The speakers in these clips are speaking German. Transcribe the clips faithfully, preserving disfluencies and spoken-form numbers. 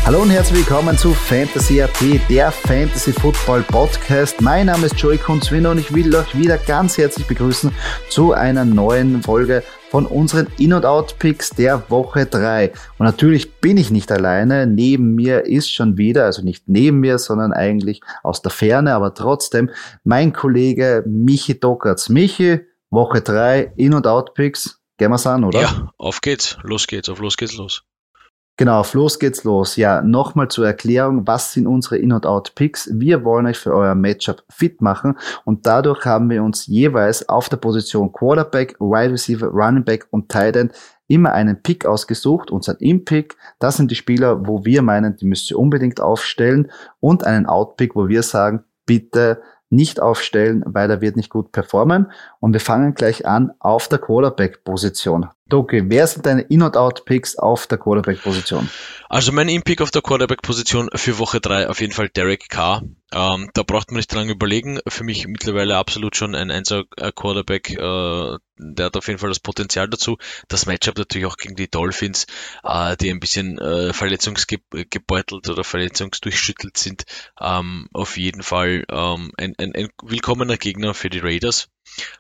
Hallo und herzlich willkommen zu Fantasy Punkt at, der Fantasy Football Podcast. Mein Name ist Joey Kunzwinner und ich will euch wieder ganz herzlich begrüßen zu einer neuen Folge von unseren In- und Out-Picks der Woche drei. Und natürlich bin ich nicht alleine. Neben mir ist schon wieder, also nicht neben mir, sondern eigentlich aus der Ferne, aber trotzdem mein Kollege Michi Dockertz. Michi, Woche drei, In- und Out-Picks. Gehen wir's an, oder? Ja, auf geht's. Los geht's. Auf los geht's los. Genau, auf los geht's los. Ja, nochmal zur Erklärung, was sind unsere In- und Out-Picks? Wir wollen euch für euer Matchup fit machen und dadurch haben wir uns jeweils auf der Position Quarterback, Wide Receiver, Running Back und Tight End immer einen Pick ausgesucht, unseren In-Pick. Das sind die Spieler, wo wir meinen, die müsst ihr unbedingt aufstellen, und einen Out-Pick, wo wir sagen, bitte nicht aufstellen, weil er wird nicht gut performen. Und wir fangen gleich an auf der Quarterback-Position. Doki, wer sind deine In- und Out-Picks auf der Quarterback-Position? Also mein In-Pick auf der Quarterback-Position für Woche drei auf jeden Fall Derek Carr. Ähm, da braucht man nicht lange überlegen. Für mich mittlerweile absolut schon ein Einser-Quarterback. Äh, der hat auf jeden Fall das Potenzial dazu. Das Matchup natürlich auch gegen die Dolphins, äh, die ein bisschen äh, verletzungsgebeutelt oder verletzungsdurchschüttelt sind. Ähm, auf jeden Fall ähm, ein, ein, ein willkommener Gegner für die Raiders.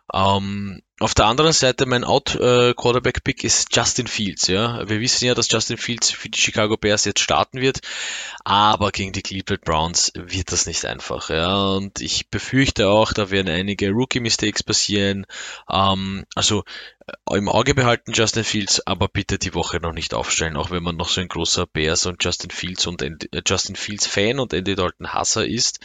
Ähm, auf der anderen Seite mein Out-Quarterback-Pick ist Justin Fields. Ja, wir wissen ja, dass Justin Fields für die Chicago Bears jetzt starten wird, aber gegen die Cleveland Browns wird das nicht einfach. Ja, und ich befürchte auch, da werden einige Rookie-Mistakes passieren. Ähm, also äh, im Auge behalten Justin Fields, aber bitte die Woche noch nicht aufstellen, auch wenn man noch so ein großer Bears und Justin Fields und Andy, äh, Justin Fields Fan und Andy Dalton Hasser ist.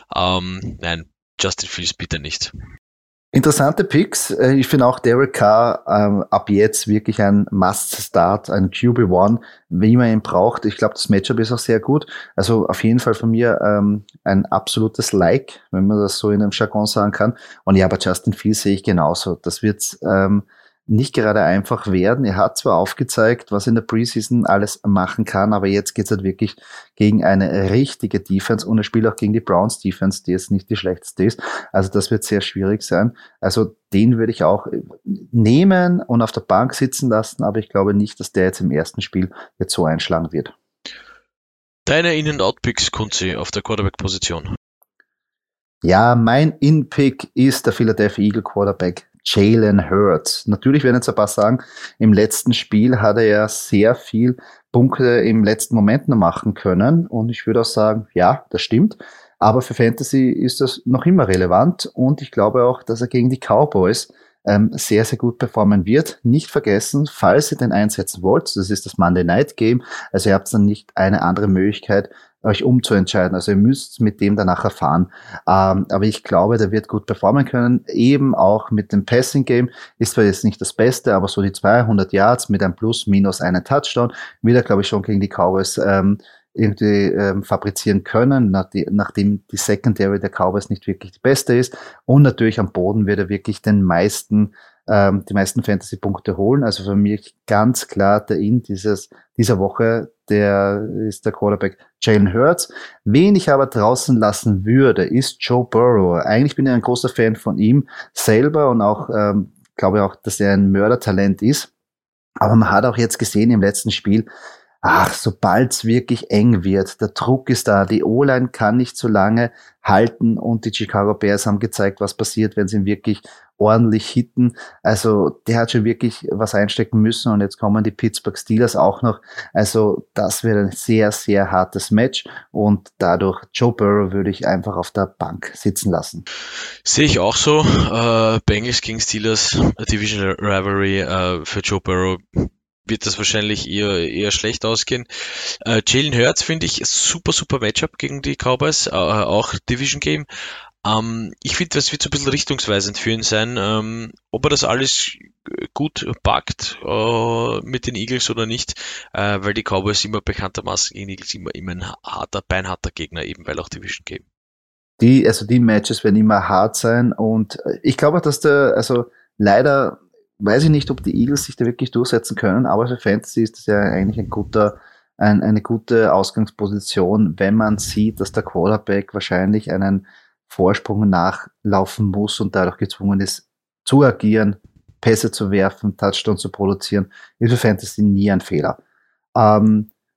Ähm, nein, Justin Fields bitte nicht. Interessante Picks. Ich finde auch Derek Carr ähm, ab jetzt wirklich ein Must-Start, ein Q B eins, wie man ihn braucht. Ich glaube, das Matchup ist auch sehr gut. Also auf jeden Fall von mir ähm, ein absolutes Like, wenn man das so in einem Jargon sagen kann. Und ja, aber Justin Fields sehe ich genauso. Das wird ähm, nicht gerade einfach werden. Er hat zwar aufgezeigt, was in der Preseason alles machen kann, aber jetzt geht's halt wirklich gegen eine richtige Defense und er spielt auch gegen die Browns Defense, die jetzt nicht die schlechteste ist. Also das wird sehr schwierig sein. Also den würde ich auch nehmen und auf der Bank sitzen lassen, aber ich glaube nicht, dass der jetzt im ersten Spiel jetzt so einschlagen wird. Deine In- und Out-Picks, Kunzi, auf der Quarterback-Position. Ja, mein In-Pick ist der Philadelphia Eagle Quarterback Jalen Hurts. Natürlich werden jetzt ein paar sagen, im letzten Spiel hat er ja sehr viel Punkte im letzten Moment noch machen können. Und ich würde auch sagen, ja, das stimmt. Aber für Fantasy ist das noch immer relevant. Und ich glaube auch, dass er gegen die Cowboys ähm, sehr, sehr gut performen wird. Nicht vergessen, falls ihr den einsetzen wollt, das ist das Monday Night Game. Also ihr habt dann nicht eine andere Möglichkeit, euch umzuentscheiden. Also ihr müsst mit dem danach erfahren. Ähm, aber ich glaube, der wird gut performen können. Eben auch mit dem Passing Game ist zwar jetzt nicht das Beste, aber so die zweihundert Yards mit einem Plus, Minus, einen Touchdown wird er, glaube ich, schon gegen die Cowboys ähm, irgendwie ähm, fabrizieren können, nach die, nachdem die Secondary der Cowboys nicht wirklich die beste ist. Und natürlich am Boden wird er wirklich den meisten ähm, die meisten Fantasy-Punkte holen. Also für mich ganz klar der In dieses, dieser Woche, der ist der Quarterback Jalen Hurts. Wen ich aber draußen lassen würde, ist Joe Burrow. Eigentlich bin ich ein großer Fan von ihm selber und auch, ähm, glaube auch, dass er ein Mördertalent ist. Aber man hat auch jetzt gesehen im letzten Spiel, ach, sobald's wirklich eng wird, der Druck ist da, die O-Line kann nicht so lange halten und die Chicago Bears haben gezeigt, was passiert, wenn sie ihn wirklich ordentlich hitten. Also der hat schon wirklich was einstecken müssen und jetzt kommen die Pittsburgh Steelers auch noch. Also das wird ein sehr, sehr hartes Match und dadurch Joe Burrow würde ich einfach auf der Bank sitzen lassen. Sehe ich auch so. Äh, Bengals gegen Steelers, Division Rivalry äh, für Joe Burrow wird das wahrscheinlich eher eher schlecht ausgehen. Äh, Jalen Hurts finde ich super, super Matchup gegen die Cowboys, äh, auch Division Game. Ähm, ich finde, das wird so ein bisschen richtungsweisend für ihn sein, ähm, ob er das alles gut packt äh, mit den Eagles oder nicht, äh, weil die Cowboys immer bekanntermaßen gegen die Eagles immer, immer ein harter, beinharter Gegner, eben weil auch Division Game. Die, also die Matches werden immer hart sein und ich glaube, dass der, also leider weiß ich nicht, ob die Eagles sich da wirklich durchsetzen können, aber für Fantasy ist das ja eigentlich ein guter, ein, eine gute Ausgangsposition, wenn man sieht, dass der Quarterback wahrscheinlich einen Vorsprung nachlaufen muss und dadurch gezwungen ist, zu agieren, Pässe zu werfen, Touchdown zu produzieren, ist für Fantasy nie ein Fehler. Ähm,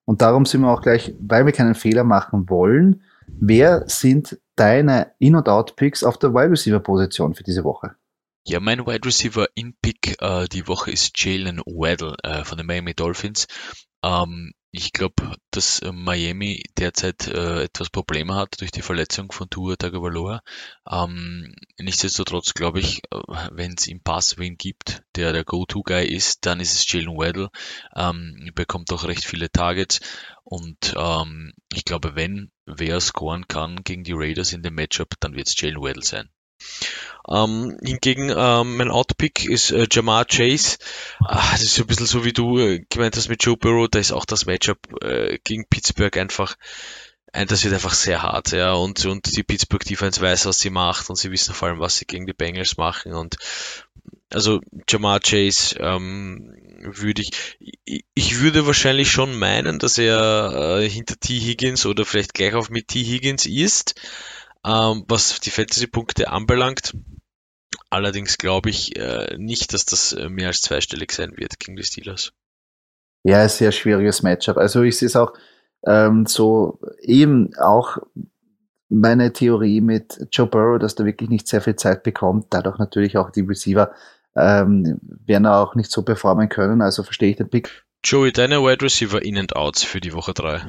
Und darum sind wir auch gleich, weil wir keinen Fehler machen wollen, wer sind deine In- und Out-Picks auf der Wide Receiver-Position für diese Woche? Ja, mein Wide Receiver In-Pick äh, die Woche ist Jalen Waddle äh, von den Miami Dolphins. Ähm, ich glaube, dass äh, Miami derzeit äh, etwas Probleme hat durch die Verletzung von Tua Tagovailoa. Ähm, nichtsdestotrotz glaube ich, äh, wenn es im Pass wen gibt, der der Go-To-Guy ist, dann ist es Jalen Waddle. Ähm, bekommt auch recht viele Targets und ähm, ich glaube, wenn wer scoren kann gegen die Raiders in dem Matchup, dann wird es Jalen Waddle sein. Ähm, hingegen ähm, mein Outpick ist äh, Jamar Chase. Ah, das ist so ein bisschen so, wie du äh, gemeint hast mit Joe Burrow. Da ist auch das Matchup äh, gegen Pittsburgh einfach, ein, das wird einfach sehr hart, ja. Und, und die Pittsburgh Defense weiß, was sie macht und sie wissen vor allem, was sie gegen die Bengals machen. Und also Jamar Chase ähm, würde ich, ich, ich würde wahrscheinlich schon meinen, dass er äh, hinter T. Higgins oder vielleicht gleich auf mit T. Higgins ist, ähm, was die Fantasy-Punkte anbelangt. Allerdings glaube ich äh, nicht, dass das äh, mehr als zweistellig sein wird gegen die Steelers. Ja, ein sehr schwieriges Matchup. Also ich sehe es auch ähm, so eben auch meine Theorie mit Joe Burrow, dass der wirklich nicht sehr viel Zeit bekommt, dadurch natürlich auch die Receiver ähm, werden auch nicht so performen können, also verstehe ich den Pick. Joey, deine Wide Receiver In and Outs für die Woche drei.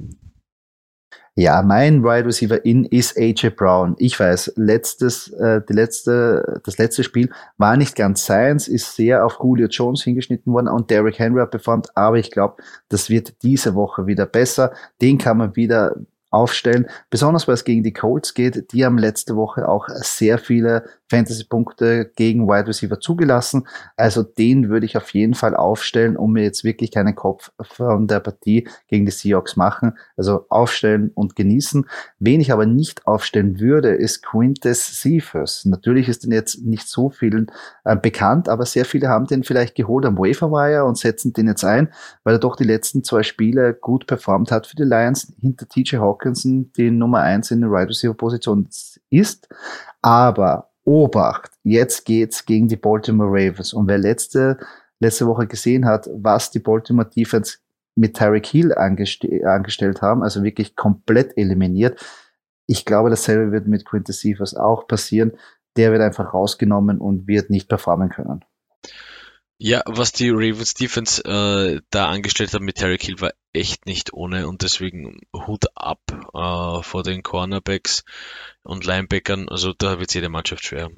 Ja, mein Wide Receiver in ist A J Brown. Ich weiß, letztes, äh, die letzte, das letzte Spiel war nicht ganz seins, ist sehr auf Julio Jones hingeschnitten worden und Derrick Henry hat performt, aber ich glaube, das wird diese Woche wieder besser. Den kann man wieder aufstellen, besonders weil es gegen die Colts geht. Die haben letzte Woche auch sehr viele Fantasy-Punkte gegen Wide Receiver zugelassen. Also den würde ich auf jeden Fall aufstellen, um mir jetzt wirklich keinen Kopf von der Partie gegen die Seahawks machen. Also aufstellen und genießen. Wen ich aber nicht aufstellen würde, ist Quintez Cephus. Natürlich ist den jetzt nicht so vielen äh, bekannt, aber sehr viele haben den vielleicht geholt am Waiver-Wire und setzen den jetzt ein, weil er doch die letzten zwei Spiele gut performt hat für die Lions, hinter T J Hawkinson, die Nummer eins in der Wide Receiver Position ist. Aber Obacht, jetzt geht's gegen die Baltimore Ravens. Und wer letzte, letzte Woche gesehen hat, was die Baltimore Defense mit Tyreek Hill angeste- angestellt haben, also wirklich komplett eliminiert. Ich glaube, dasselbe wird mit Quintez Cephus auch passieren. Der wird einfach rausgenommen und wird nicht performen können. Ja, was die Ravens Defense äh, da angestellt hat mit Tyreek Hill war echt nicht ohne und deswegen Hut ab äh, vor den Cornerbacks und Linebackern. Also da wird jede Mannschaft schwer.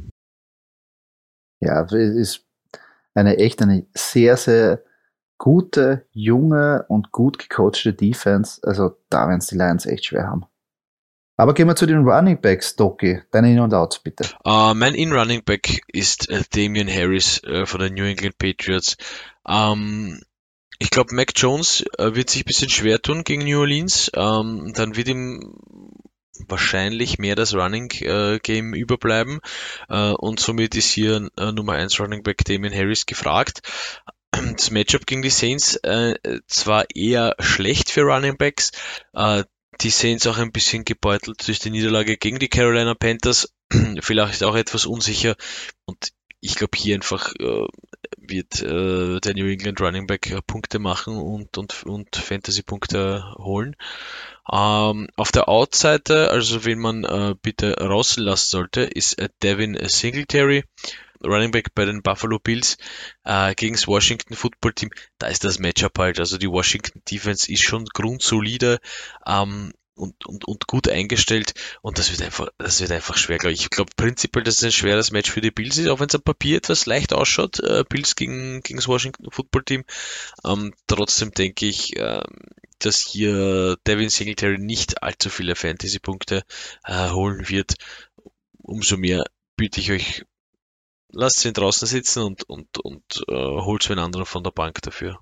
Ja, es ist eine echt eine sehr, sehr gute, junge und gut gecoachte Defense. Also da werden es die Lions echt schwer haben. Aber gehen wir zu den Running Backs, Doki. Deine In- und Outs, bitte. Uh, mein In-Running Back ist äh, Damian Harris äh, von den New England Patriots. Ähm, ich glaube, Mac Jones äh, wird sich ein bisschen schwer tun gegen New Orleans. Ähm, dann wird ihm wahrscheinlich mehr das Running äh, Game überbleiben. Äh, und somit ist hier äh, Nummer eins Running Back Damian Harris gefragt. Das Matchup gegen die Saints äh, zwar eher schlecht für Running Backs, äh, die Saints auch ein bisschen gebeutelt durch die Niederlage gegen die Carolina Panthers, vielleicht auch etwas unsicher und ich glaube hier einfach äh, wird äh, der New England Running Back äh, Punkte machen und, und, und Fantasy-Punkte holen. Ähm, auf der Out-Seite, also wen man äh, bitte rauslassen sollte, ist äh, Devin Singletary, Running Back bei den Buffalo Bills äh, gegen das Washington Football Team. Da ist das Matchup halt, also die Washington Defense ist schon grundsolide ähm, und, und, und gut eingestellt und das wird einfach, das wird einfach schwer, glaube ich. Ich glaube prinzipiell, dass es ein schweres Match für die Bills ist, auch wenn es am Papier etwas leicht ausschaut, äh, Bills gegen, gegen das Washington Football Team. Ähm, trotzdem denke ich, äh, dass hier Devin Singletary nicht allzu viele Fantasy-Punkte äh, holen wird. Umso mehr bitte ich euch, lasst ihn draußen sitzen und, und, und äh, holt einen anderen von der Bank dafür.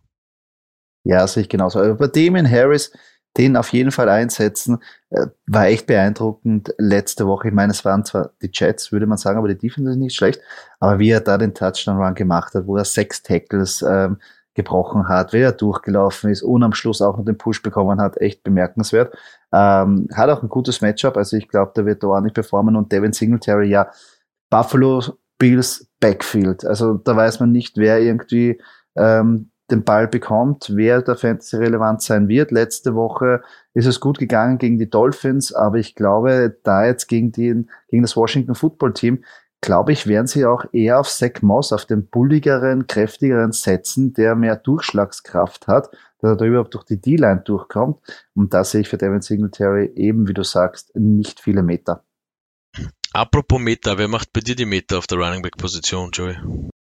Ja, sehe ich genauso. Aber bei Damian Harris, den auf jeden Fall einsetzen, äh, war echt beeindruckend letzte Woche. Ich meine, es waren zwar die Jets, würde man sagen, aber die Defense ist nicht schlecht. Aber wie er da den Touchdown-Run gemacht hat, wo er sechs Tackles ähm, gebrochen hat, wie er durchgelaufen ist und am Schluss auch noch den Push bekommen hat, echt bemerkenswert. Ähm, hat auch ein gutes Matchup, also ich glaube, der wird da ordentlich performen und Devin Singletary, ja, Buffalo Bills Backfield. Also da weiß man nicht, wer irgendwie ähm, den Ball bekommt, wer da Fantasy relevant sein wird. Letzte Woche ist es gut gegangen gegen die Dolphins, aber ich glaube, da jetzt gegen, den, gegen das Washington Football Team, glaube ich, werden sie auch eher auf Zach Moss, auf den bulligeren, kräftigeren setzen, der mehr Durchschlagskraft hat, dass er da überhaupt durch die D-Line durchkommt. Und da sehe ich für Devin Singletary eben, wie du sagst, nicht viele Meter. Apropos Meter, wer macht bei dir die Meter auf der Running Back Position, Joey?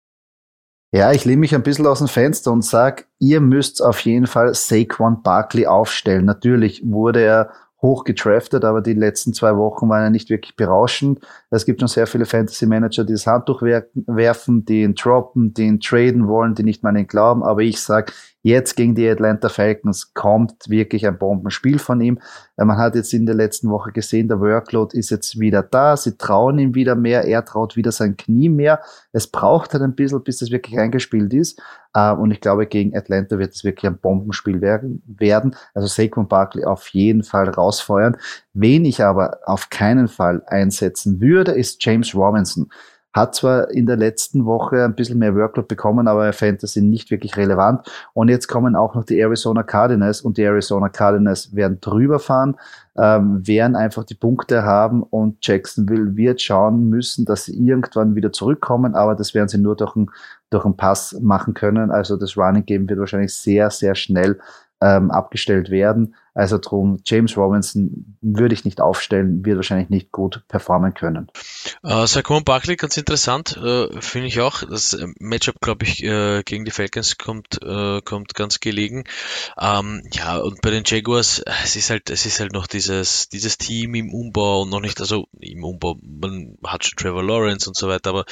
Ja, ich lehne mich ein bisschen aus dem Fenster und sage, ihr müsst auf jeden Fall Saquon Barkley aufstellen. Natürlich wurde er hoch gedraftet, aber die letzten zwei Wochen waren ja nicht wirklich berauschend. Es gibt schon sehr viele Fantasy-Manager, die das Handtuch werfen, die ihn droppen, die ihn traden wollen, die nicht mal an ihn glauben. Aber ich sage, jetzt gegen die Atlanta Falcons kommt wirklich ein Bombenspiel von ihm. Man hat jetzt in der letzten Woche gesehen, der Workload ist jetzt wieder da. Sie trauen ihm wieder mehr. Er traut wieder sein Knie mehr. Es braucht halt ein bisschen, bis das wirklich eingespielt ist. Und ich glaube, gegen Atlanta wird es wirklich ein Bombenspiel werden. Also Saquon Barkley auf jeden Fall rausfeuern. Wen ich aber auf keinen Fall einsetzen würde, ist James Robinson. Hat zwar in der letzten Woche ein bisschen mehr Workload bekommen, aber er Fantasy nicht wirklich relevant. Und jetzt kommen auch noch die Arizona Cardinals und die Arizona Cardinals werden drüber fahren, ähm, werden einfach die Punkte haben und Jacksonville wird schauen müssen, dass sie irgendwann wieder zurückkommen, aber das werden sie nur durch einen, durch einen Pass machen können. Also das Running Game wird wahrscheinlich sehr, sehr schnell ähm, abgestellt werden. Also drum, James Robinson würde ich nicht aufstellen, wird wahrscheinlich nicht gut performen können. Uh, Saquon Barkley, ganz interessant, uh, finde ich auch. Das Matchup, glaube ich, uh, gegen die Falcons kommt, uh, kommt ganz gelegen. Um, ja, und bei den Jaguars, es ist halt, es ist halt noch dieses, dieses Team im Umbau und noch nicht, also im Umbau, man hat schon Trevor Lawrence und so weiter, aber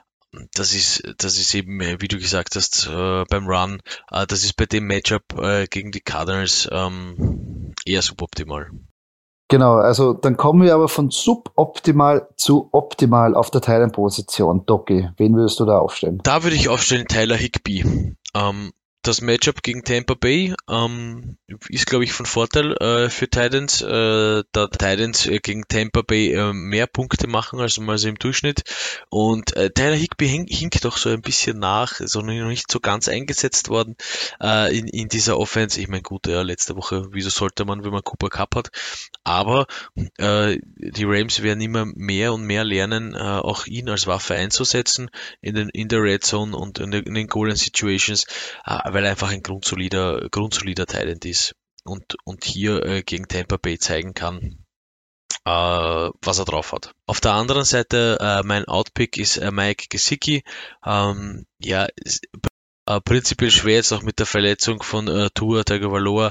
das ist, das ist eben, wie du gesagt hast, äh, beim Run, äh, das ist bei dem Matchup äh, gegen die Cardinals ähm, eher suboptimal. Genau, also dann kommen wir aber von suboptimal zu optimal auf der Thailand-Position. Doki, wen würdest du da aufstellen? Da würde ich aufstellen Tyler Higbee. Ähm, das Matchup gegen Tampa Bay ähm, ist, glaube ich, von Vorteil äh, für Titans, äh, da Titans äh, gegen Tampa Bay äh, mehr Punkte machen als mal so im Durchschnitt. Und äh, Tyler Higbee hink, hinkt doch so ein bisschen nach, ist noch nicht so ganz eingesetzt worden äh, in, in dieser Offense. Ich meine, gut, ja, letzte Woche, wieso sollte man, wenn man Cooper Kupp hat? Aber äh, die Rams werden immer mehr und mehr lernen, äh, auch ihn als Waffe einzusetzen in, den, in der Red Zone und in, der, in den Golden Situations, äh, weil er einfach ein grundsolider, grundsolider Talent ist und, und hier äh, gegen Tampa Bay zeigen kann, äh, was er drauf hat. Auf der anderen Seite, äh, mein Outpick ist äh, Mike Gesicki. Ähm, ja, Äh, prinzipiell schwer jetzt auch mit der Verletzung von äh, Tua Tagovailoa,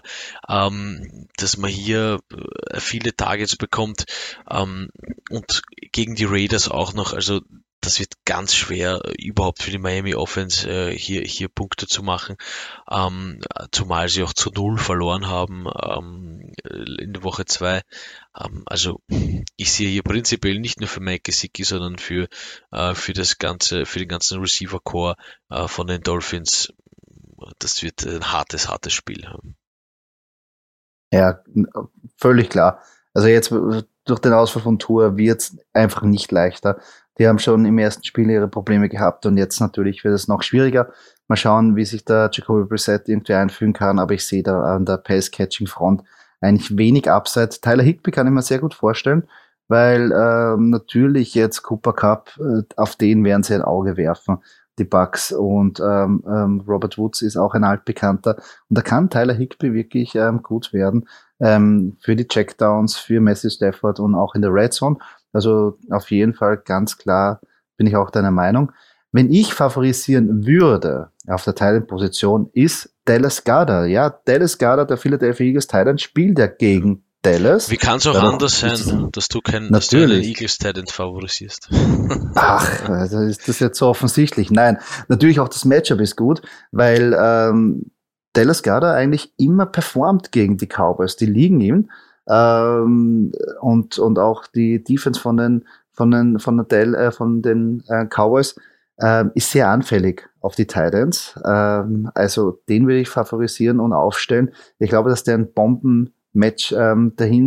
ähm, dass man hier äh, viele Targets bekommt ähm, und gegen die Raiders auch noch, also das wird ganz schwer, äh, überhaupt für die Miami Offense äh, hier hier Punkte zu machen, ähm, zumal sie auch zu null verloren haben ähm, in der Woche zwei. Ähm, also ich sehe hier prinzipiell nicht nur für Mike Gesicki, sondern für äh, für das ganze, für den ganzen Receiver Core äh, von den Dolphins. Das wird ein hartes, hartes Spiel. Ja, völlig klar. Also jetzt durch den Ausfall von Tua wird es einfach nicht leichter. Die haben schon im ersten Spiel ihre Probleme gehabt und jetzt natürlich wird es noch schwieriger. Mal schauen, wie sich der Jacoby Brissett irgendwie einfügen kann, aber ich sehe da an der Pass-Catching-Front eigentlich wenig Upside. Tyler Higbee kann ich mir sehr gut vorstellen, weil ähm, natürlich jetzt Cooper Kupp, äh, auf den werden sie ein Auge werfen, die Bucks, und ähm, ähm, Robert Woods ist auch ein Altbekannter und da kann Tyler Higbee wirklich ähm, gut werden ähm, für die Checkdowns, für Matthew Stafford und auch in der Red Zone. Also auf jeden Fall ganz klar bin ich auch deiner Meinung. Wenn ich favorisieren würde auf der Thailand-Position, ist Dallas Goedert. Ja, Dallas Goedert, der Philadelphia Eagles Thailand, spielt ja gegen Dallas. Wie kann es auch Dadurch anders sein, das, dass du kein, dass du einen Eagles Thailand favorisierst? Ach, also ist das jetzt so offensichtlich? Nein, natürlich auch das Matchup ist gut, weil ähm, Dallas Goedert eigentlich immer performt gegen die Cowboys. Die liegen ihm. Ähm, und, und auch die Defense von den, von den, von der Del, äh, von den äh, Cowboys äh, ist sehr anfällig auf die Titans. Ähm, also den will ich favorisieren und aufstellen. Ich glaube, dass der ein Bomben-Match ähm, dahin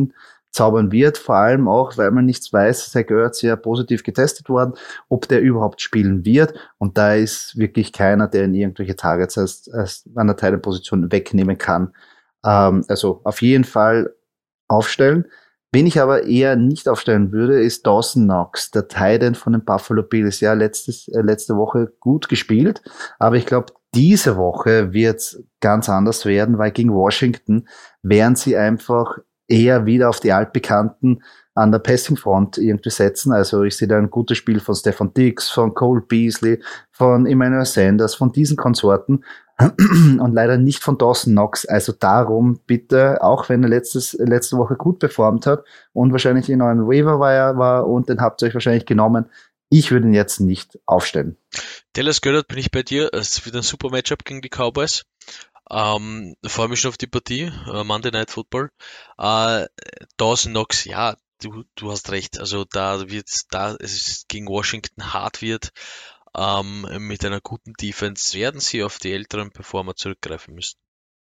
zaubern wird, vor allem auch, weil man nichts weiß, Zach Ertz ja positiv getestet worden, ob der überhaupt spielen wird, und da ist wirklich keiner, der in irgendwelche Targets als, als an der Teilenposition wegnehmen kann. Ähm, also auf jeden Fall aufstellen. Wen ich aber eher nicht aufstellen würde, ist Dawson Knox, der Tight End von den Buffalo Bills. Ja, letztes, äh, letzte Woche gut gespielt, aber ich glaube, diese Woche wird ganz anders werden, weil gegen Washington werden sie einfach eher wieder auf die Altbekannten an der Passing-Front irgendwie setzen. Also ich sehe da ein gutes Spiel von Stefan Diggs, von Cole Beasley, von Emmanuel Sanders, von diesen Konsorten und leider nicht von Dawson Knox. Also darum bitte, auch wenn er letztes, letzte Woche gut performt hat und wahrscheinlich in euren Waiver-Wire war und den habt ihr euch wahrscheinlich genommen, ich würde ihn jetzt nicht aufstellen. Dallas Goedert, bin ich bei dir. Es wird ein super Matchup gegen die Cowboys. Ähm, freue mich schon auf die Partie, äh, Monday Night Football. Äh, Dawson Knox, ja, du, du hast recht. Also da wird's, da es gegen Washington hart wird, ähm, mit einer guten Defense werden sie auf die älteren Performer zurückgreifen müssen.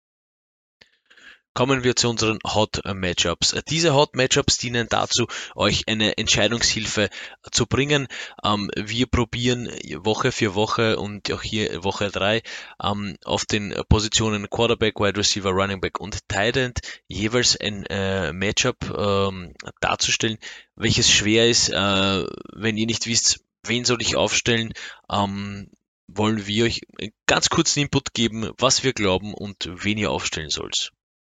Kommen wir zu unseren Hot Matchups. Diese Hot Matchups dienen dazu, euch eine Entscheidungshilfe zu bringen. Ähm, wir probieren Woche für Woche und auch hier Woche drei ähm, auf den Positionen Quarterback, Wide Receiver, Running Back und Tight End jeweils ein äh, Matchup ähm, darzustellen, welches schwer ist. Äh, wenn ihr nicht wisst, wen soll ich aufstellen, ähm, wollen wir euch einen ganz kurzen Input geben, was wir glauben und wen ihr aufstellen sollt.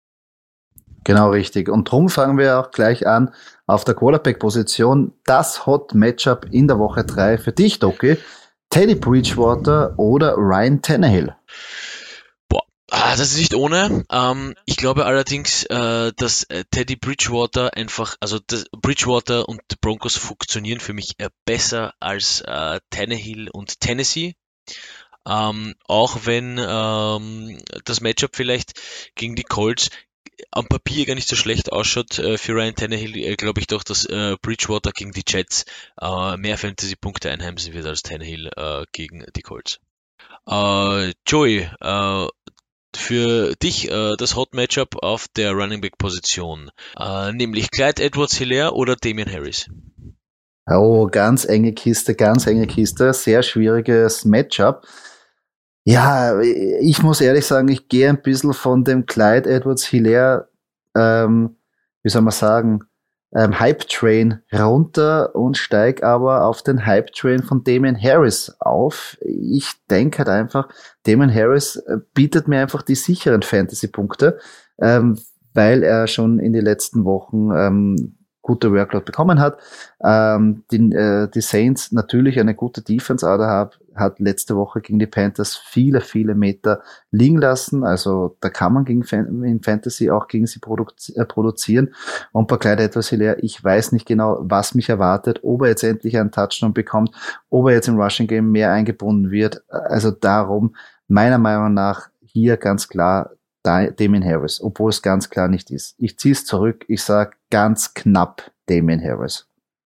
Genau, richtig. Und drum fangen wir auch gleich an auf der Quarterback-Position. Das Hot-Matchup in der Woche drei für dich, Doki. Teddy Bridgewater oder Ryan Tannehill? Boah, das ist nicht ohne. Ähm, ich glaube allerdings, äh, dass äh, Teddy Bridgewater einfach, also das, Bridgewater und die Broncos funktionieren für mich äh, besser als äh, Tannehill und Tennessee. Ähm, auch wenn ähm, das Matchup vielleicht gegen die Colts am Papier gar nicht so schlecht ausschaut äh, für Ryan Tannehill, äh, glaube ich doch, dass äh, Bridgewater gegen die Jets äh, mehr Fantasy-Punkte einheimsen wird als Tannehill äh, gegen die Colts. Äh, Joey, äh, für dich äh, das Hot-Matchup auf der Running Back-Position, äh, nämlich Clyde Edwards-Helaire oder Damian Harris? Oh, ganz enge Kiste, ganz enge Kiste, sehr schwieriges Matchup. Ja, ich muss ehrlich sagen, ich gehe ein bisschen von dem Clyde Edwards-Helaire, ähm, wie soll man sagen, ähm, Hype-Train runter und steig aber auf den Hype-Train von Damian Harris auf. Ich denke halt einfach, Damian Harris äh, bietet mir einfach die sicheren Fantasy-Punkte, ähm, weil er schon in den letzten Wochen ähm, gute Workload bekommen hat. Ähm, die, äh, die Saints natürlich eine gute Defense, aber hat, hat letzte Woche gegen die Panthers viele, viele Meter liegen lassen. Also da kann man gegen Fan- in Fantasy auch gegen sie produzi- äh, produzieren. Und bei Clyde Edwards-Helaire, ich weiß nicht genau, was mich erwartet, ob er jetzt endlich einen Touchdown bekommt, ob er jetzt im Rushing Game mehr eingebunden wird. Also darum, meiner Meinung nach, hier ganz klar Damian Harris, obwohl es ganz klar nicht ist. Ich ziehe es zurück, ich sage ganz knapp Damian Harris.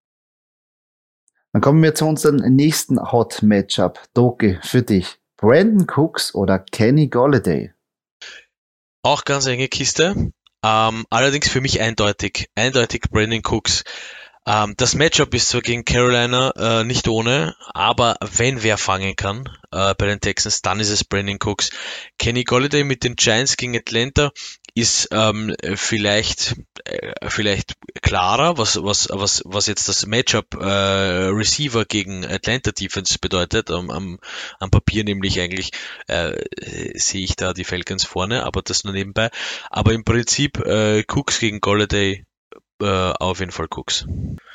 Dann kommen wir zu unserem nächsten Hot Matchup. Doki, für dich. Brandon Cooks oder Kenny Golladay? Auch ganz enge Kiste. Ähm, allerdings für mich eindeutig. Eindeutig Brandon Cooks. Ähm, das Matchup ist zwar gegen Carolina äh, nicht ohne, aber wenn wer fangen kann äh, bei den Texans, dann ist es Brandon Cooks. Kenny Golladay mit den Giants gegen Atlanta ist ähm, vielleicht äh, vielleicht klarer, was was was was jetzt das Matchup äh, Receiver gegen Atlanta Defense bedeutet. Am, am, am Papier nämlich eigentlich äh, sehe ich da die Falcons vorne, aber das nur nebenbei. Aber im Prinzip äh, Cooks gegen Golladay, äh, auf jeden Fall Cooks.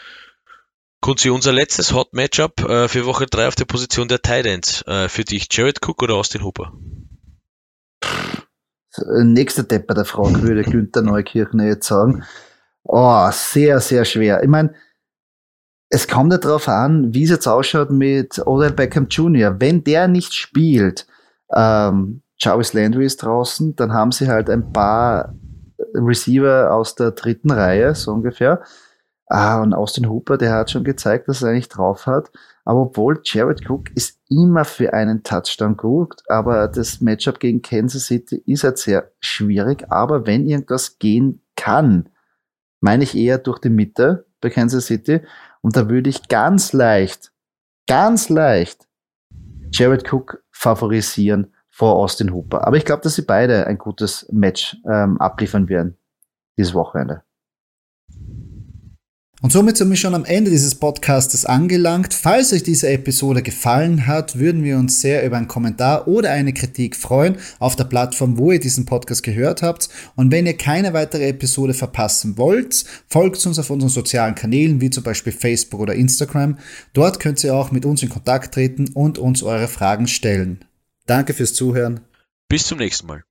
Kunzi, unser letztes Hot Matchup äh, für Woche drei auf der Position der Tight Ends. Äh, für dich Jared Cook oder Austin Hooper? Nächster Depper der Frage würde Günther Neukirchner jetzt sagen. Oh, sehr, sehr schwer. Ich meine, es kommt ja darauf an, wie es jetzt ausschaut mit Odell Beckham Junior Wenn der nicht spielt, ähm, Jarvis Landry ist draußen, dann haben sie halt ein paar Receiver aus der dritten Reihe, so ungefähr. Ah, und Austin Hooper, der hat schon gezeigt, dass er eigentlich drauf hat. Aber obwohl Jared Cook ist immer für einen Touchdown gut, aber das Matchup gegen Kansas City ist halt sehr schwierig. Aber wenn irgendwas gehen kann, meine ich eher durch die Mitte bei Kansas City. Und da würde ich ganz leicht, ganz leicht Jared Cook favorisieren vor Austin Hooper. Aber ich glaube, dass sie beide ein gutes Match ähm, abliefern werden dieses Wochenende. Und somit sind wir schon am Ende dieses Podcastes angelangt. Falls euch diese Episode gefallen hat, würden wir uns sehr über einen Kommentar oder eine Kritik freuen auf der Plattform, wo ihr diesen Podcast gehört habt. Und wenn ihr keine weitere Episode verpassen wollt, folgt uns auf unseren sozialen Kanälen, wie zum Beispiel Facebook oder Instagram. Dort könnt ihr auch mit uns in Kontakt treten und uns eure Fragen stellen. Danke fürs Zuhören. Bis zum nächsten Mal.